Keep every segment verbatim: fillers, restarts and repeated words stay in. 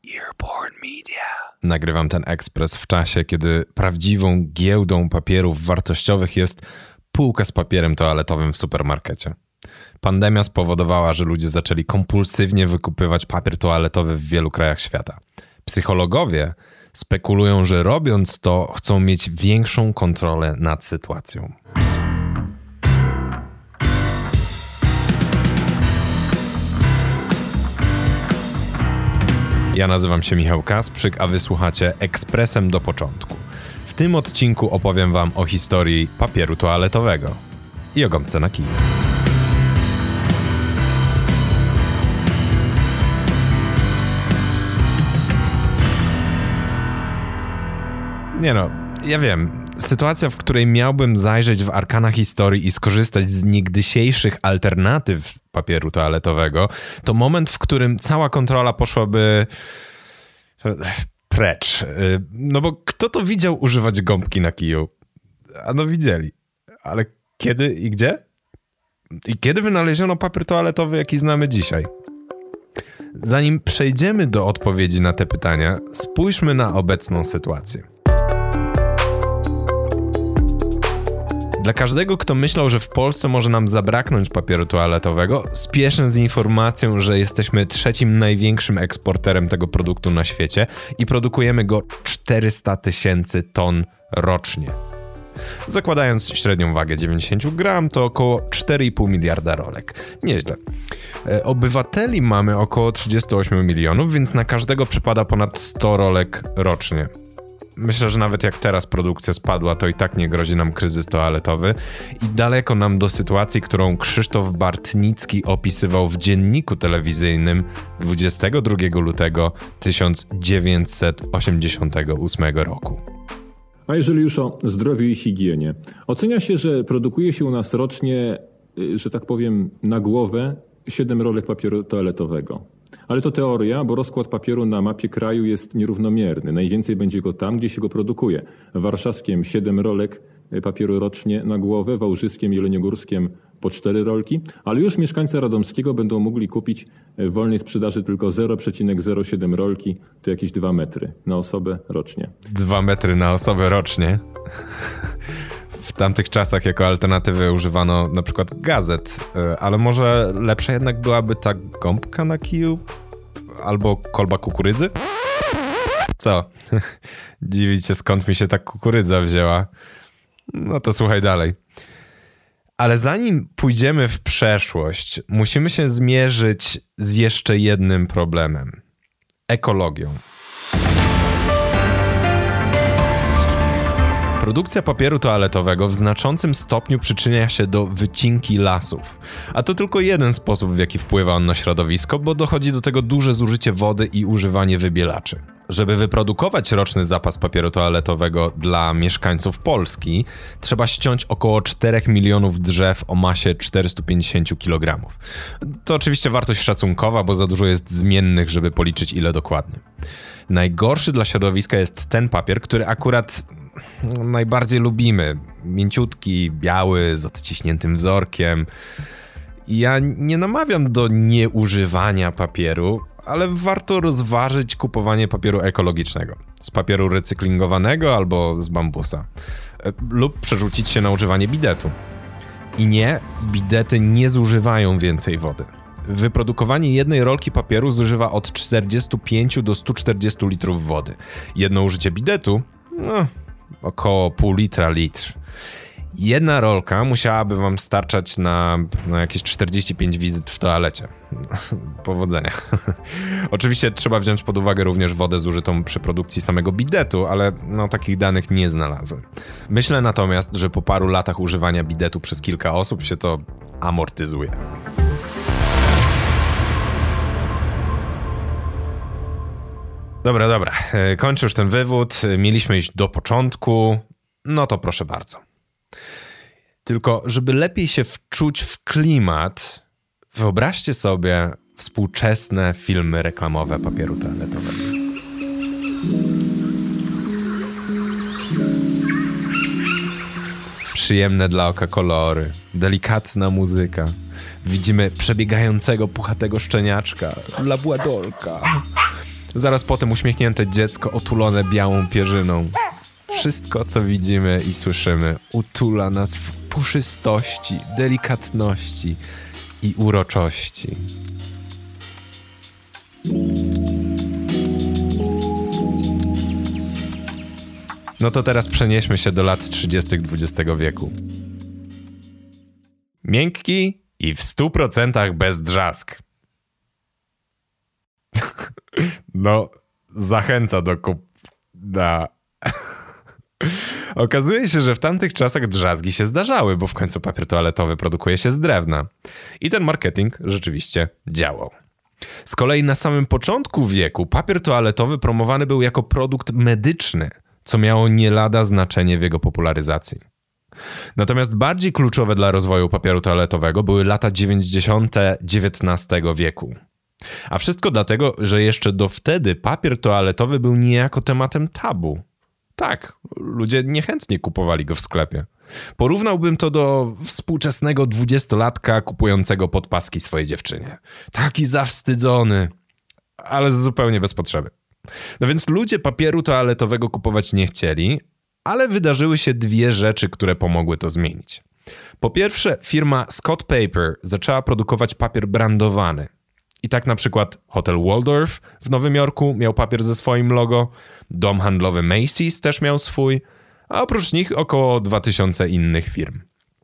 Earborn Media. Nagrywam ten ekspres w czasie, kiedy prawdziwą giełdą papierów wartościowych jest półka z papierem toaletowym w supermarkecie. Pandemia spowodowała, że ludzie zaczęli kompulsywnie wykupywać papier toaletowy w wielu krajach świata. Psychologowie spekulują, że robiąc to chcą mieć większą kontrolę nad sytuacją. Ja nazywam się Michał Kasprzyk, a wysłuchacie Ekspresem do początku. W tym odcinku opowiem wam o historii papieru toaletowego i o gąbce na kiju. Nie no, ja wiem, sytuacja, w której miałbym zajrzeć w arkana historii i skorzystać z niegdysiejszych alternatyw papieru toaletowego, to moment, w którym cała kontrola poszłaby precz. No bo kto to widział używać gąbki na kiju? A no widzieli. Ale kiedy i gdzie? I kiedy wynaleziono papier toaletowy, jaki znamy dzisiaj? Zanim przejdziemy do odpowiedzi na te pytania, spójrzmy na obecną sytuację. Dla każdego, kto myślał, że w Polsce może nam zabraknąć papieru toaletowego, spieszę z informacją, że jesteśmy trzecim największym eksporterem tego produktu na świecie i produkujemy go czterysta tysięcy ton rocznie. Zakładając średnią wagę dziewięćdziesiąt gramów, to około cztery i pół miliarda rolek. Nieźle. Obywateli mamy około trzydzieści osiem milionów, więc na każdego przypada ponad sto rolek rocznie. Myślę, że nawet jak teraz produkcja spadła, to i tak nie grozi nam kryzys toaletowy i daleko nam do sytuacji, którą Krzysztof Bartnicki opisywał w dzienniku telewizyjnym dwudziestego drugiego lutego tysiąc dziewięćset osiemdziesiątego ósmego roku. A jeżeli już o zdrowiu i higienie. Ocenia się, że produkuje się u nas rocznie, że tak powiem, na głowę siedem rolek papieru toaletowego. Ale to teoria, bo rozkład papieru na mapie kraju jest nierównomierny. Najwięcej będzie go tam, gdzie się go produkuje. W Warszawskiem siedem rolek papieru rocznie na głowę, w Wałżyskiem i Jeleniogórskiem po cztery rolki, ale już mieszkańcy Radomskiego będą mogli kupić w wolnej sprzedaży tylko zero przecinek zero siedem rolki, to jakieś dwa metry na osobę rocznie. Dwa metry na osobę rocznie? W tamtych czasach jako alternatywy używano na przykład gazet, ale może lepsza jednak byłaby ta gąbka na kiju? Albo kolba kukurydzy? Co? Dziwić się, skąd mi się ta kukurydza wzięła? No to słuchaj dalej. Ale zanim pójdziemy w przeszłość, musimy się zmierzyć z jeszcze jednym problemem. Ekologią. Produkcja papieru toaletowego w znaczącym stopniu przyczynia się do wycinki lasów. A to tylko jeden sposób, w jaki wpływa on na środowisko, bo dochodzi do tego duże zużycie wody i używanie wybielaczy. Żeby wyprodukować roczny zapas papieru toaletowego dla mieszkańców Polski, trzeba ściąć około czterech milionów drzew o masie czterysta pięćdziesiąt kilogramów. To oczywiście wartość szacunkowa, bo za dużo jest zmiennych, żeby policzyć ile dokładnie. Najgorszy dla środowiska jest ten papier, który akurat najbardziej lubimy. Mięciutki, biały, z odciśniętym wzorkiem. Ja nie namawiam do nieużywania papieru, ale warto rozważyć kupowanie papieru ekologicznego. Z papieru recyklingowanego albo z bambusa. Lub przerzucić się na używanie bidetu. I nie, bidety nie zużywają więcej wody. Wyprodukowanie jednej rolki papieru zużywa od czterdziestu pięciu do stu czterdziestu litrów wody. Jedno użycie bidetu, no, około pół litra, litr. Jedna rolka musiałaby wam starczać na, na jakieś czterdzieści pięć wizyt w toalecie. Powodzenia. Oczywiście trzeba wziąć pod uwagę również wodę zużytą przy produkcji samego bidetu, ale no, takich danych nie znalazłem. Myślę natomiast, że po paru latach używania bidetu przez kilka osób się to amortyzuje. Dobra, dobra. Kończę już ten wywód. Mieliśmy iść do początku. No to proszę bardzo. Tylko, żeby lepiej się wczuć w klimat, wyobraźcie sobie współczesne filmy reklamowe papieru toaletowego. Przyjemne dla oka kolory, delikatna muzyka. Widzimy przebiegającego puchatego szczeniaczka, labradorka. Zaraz potem uśmiechnięte dziecko otulone białą pierzyną. Wszystko, co widzimy i słyszymy, utula nas w puszystości, delikatności i uroczości. No to teraz przenieśmy się do lat trzydziestych dwudziestego wieku. Miękki i w stu procentach bez drzask. No, zachęca do kup... Da. Okazuje się, że w tamtych czasach drzazgi się zdarzały, bo w końcu papier toaletowy produkuje się z drewna. I ten marketing rzeczywiście działał. Z kolei na samym początku wieku papier toaletowy promowany był jako produkt medyczny, co miało nie lada znaczenie w jego popularyzacji. Natomiast bardziej kluczowe dla rozwoju papieru toaletowego były lata dziewięćdziesiąte dziewiętnastego wieku. A wszystko dlatego, że jeszcze do wtedy papier toaletowy był niejako tematem tabu. Tak, ludzie niechętnie kupowali go w sklepie. Porównałbym to do współczesnego dwudziestolatka kupującego podpaski swojej dziewczynie. Taki zawstydzony, ale zupełnie bez potrzeby. No więc ludzie papieru toaletowego kupować nie chcieli, ale wydarzyły się dwie rzeczy, które pomogły to zmienić. Po pierwsze, firma Scott Paper zaczęła produkować papier brandowany. I tak na przykład hotel Waldorf w Nowym Jorku miał papier ze swoim logo, dom handlowy Macy's też miał swój, a oprócz nich około dwa tysiące innych firm.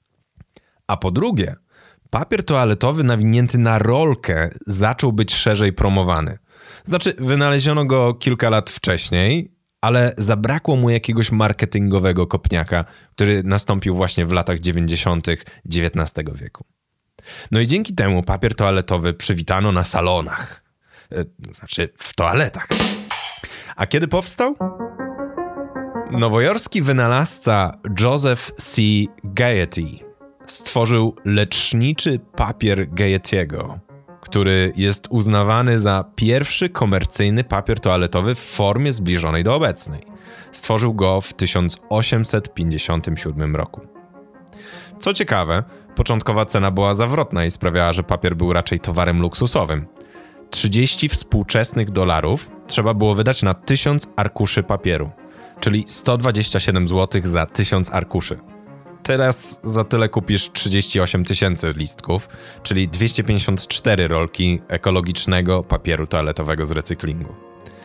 A po drugie, papier toaletowy nawinięty na rolkę zaczął być szerzej promowany. Znaczy, wynaleziono go kilka lat wcześniej, ale zabrakło mu jakiegoś marketingowego kopniaka, który nastąpił właśnie w latach dziewięćdziesiątych dziewiętnastego wieku. No i dzięki temu papier toaletowy przywitano na salonach. Znaczy, w toaletach. A kiedy powstał? Nowojorski wynalazca Joseph C. Gayety stworzył leczniczy papier Gayetiego, który jest uznawany za pierwszy komercyjny papier toaletowy w formie zbliżonej do obecnej. Stworzył go w tysiąc osiemset pięćdziesiątym siódmym roku. Co ciekawe, początkowa cena była zawrotna i sprawiała, że papier był raczej towarem luksusowym. trzydzieści współczesnych dolarów trzeba było wydać na tysiąc arkuszy papieru, czyli sto dwadzieścia siedem złotych za tysiąc arkuszy. Teraz za tyle kupisz trzydzieści osiem tysięcy listków, czyli dwieście pięćdziesiąt cztery rolki ekologicznego papieru toaletowego z recyklingu.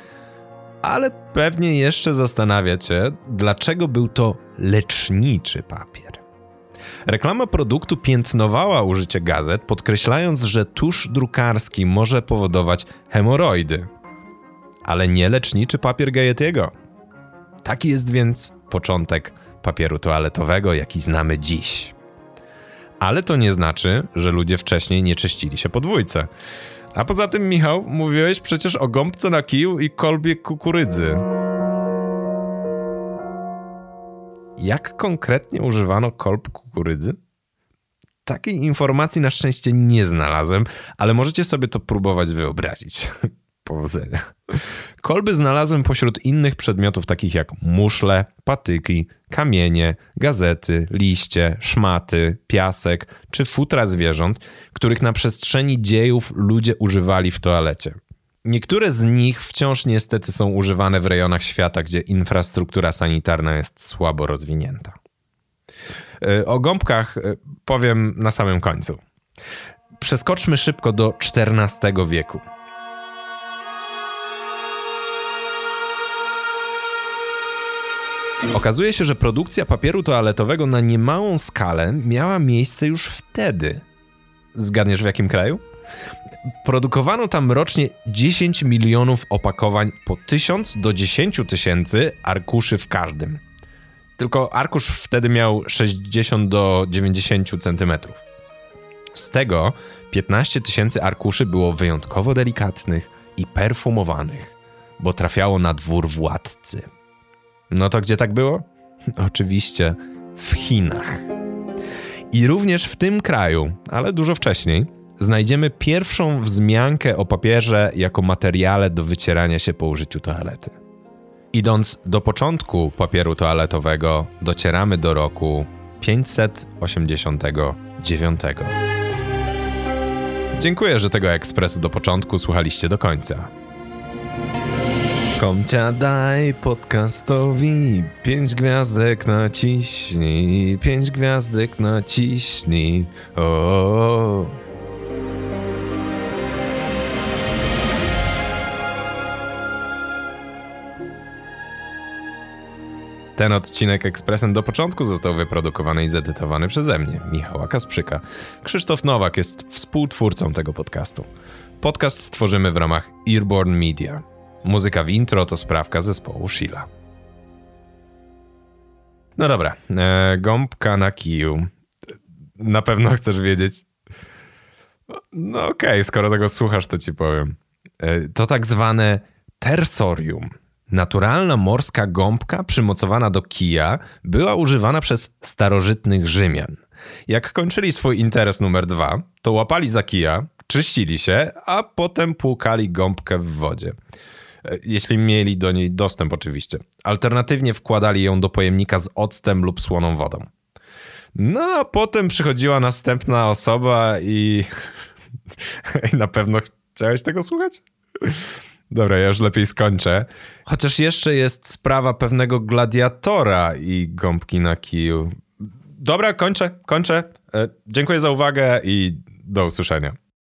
Ale pewnie jeszcze zastanawiacie, dlaczego był to leczniczy papier. Reklama produktu piętnowała użycie gazet, podkreślając, że tusz drukarski może powodować hemoroidy. Ale nie leczniczy papier Gayetiego. Taki jest więc początek papieru toaletowego, jaki znamy dziś. Ale to nie znaczy, że ludzie wcześniej nie czyścili się po dwójce. A poza tym, Michał, mówiłeś przecież o gąbce na kiju i kolbie kukurydzy. Jak konkretnie używano kolb kukurydzy? Takiej informacji na szczęście nie znalazłem, ale możecie sobie to próbować wyobrazić. Powodzenia. Kolby znalazłem pośród innych przedmiotów takich jak muszle, patyki, kamienie, gazety, liście, szmaty, piasek czy futra zwierząt, których na przestrzeni dziejów ludzie używali w toalecie. Niektóre z nich wciąż niestety są używane w rejonach świata, gdzie infrastruktura sanitarna jest słabo rozwinięta. O gąbkach powiem na samym końcu. Przeskoczmy szybko do czternastego wieku. Okazuje się, że produkcja papieru toaletowego na niemałą skalę miała miejsce już wtedy. Zgadniesz w jakim kraju? Produkowano tam rocznie dziesięć milionów opakowań po tysiąc do dziesięciu tysięcy arkuszy w każdym. Tylko arkusz wtedy miał sześćdziesiąt do dziewięćdziesięciu centymetrów. Z tego piętnaście tysięcy arkuszy było wyjątkowo delikatnych i perfumowanych, bo trafiało na dwór władcy. No to gdzie tak było? Oczywiście w Chinach. I również w tym kraju, ale dużo wcześniej, znajdziemy pierwszą wzmiankę o papierze jako materiale do wycierania się po użyciu toalety. Idąc do początku papieru toaletowego, docieramy do roku pięćset osiemdziesiątego dziewiątego. Dziękuję, że tego ekspresu do początku słuchaliście do końca. Komcia daj podcastowi, pięć gwiazdek naciśnij, pięć gwiazdek naciśnij. O, o, o. Ten odcinek Ekspresem do początku został wyprodukowany i zedytowany przeze mnie, Michała Kasprzyka. Krzysztof Nowak jest współtwórcą tego podcastu. Podcast stworzymy w ramach Earborn Media. Muzyka w intro to sprawka zespołu Sheila. No dobra, e, gąbka na kiju. Na pewno chcesz wiedzieć? No okej, okay, skoro tego słuchasz, to ci powiem. E, to tak zwane tersorium. Naturalna morska gąbka przymocowana do kija była używana przez starożytnych Rzymian. Jak kończyli swój interes numer dwa, to łapali za kija, czyścili się, a potem płukali gąbkę w wodzie. Jeśli mieli do niej dostęp oczywiście. Alternatywnie wkładali ją do pojemnika z octem lub słoną wodą. No a potem przychodziła następna osoba i... I na pewno chciałeś tego słuchać? Dobra, ja już lepiej skończę. Chociaż jeszcze jest sprawa pewnego gladiatora i gąbki na kiju. Dobra, kończę, kończę. E, dziękuję za uwagę i do usłyszenia.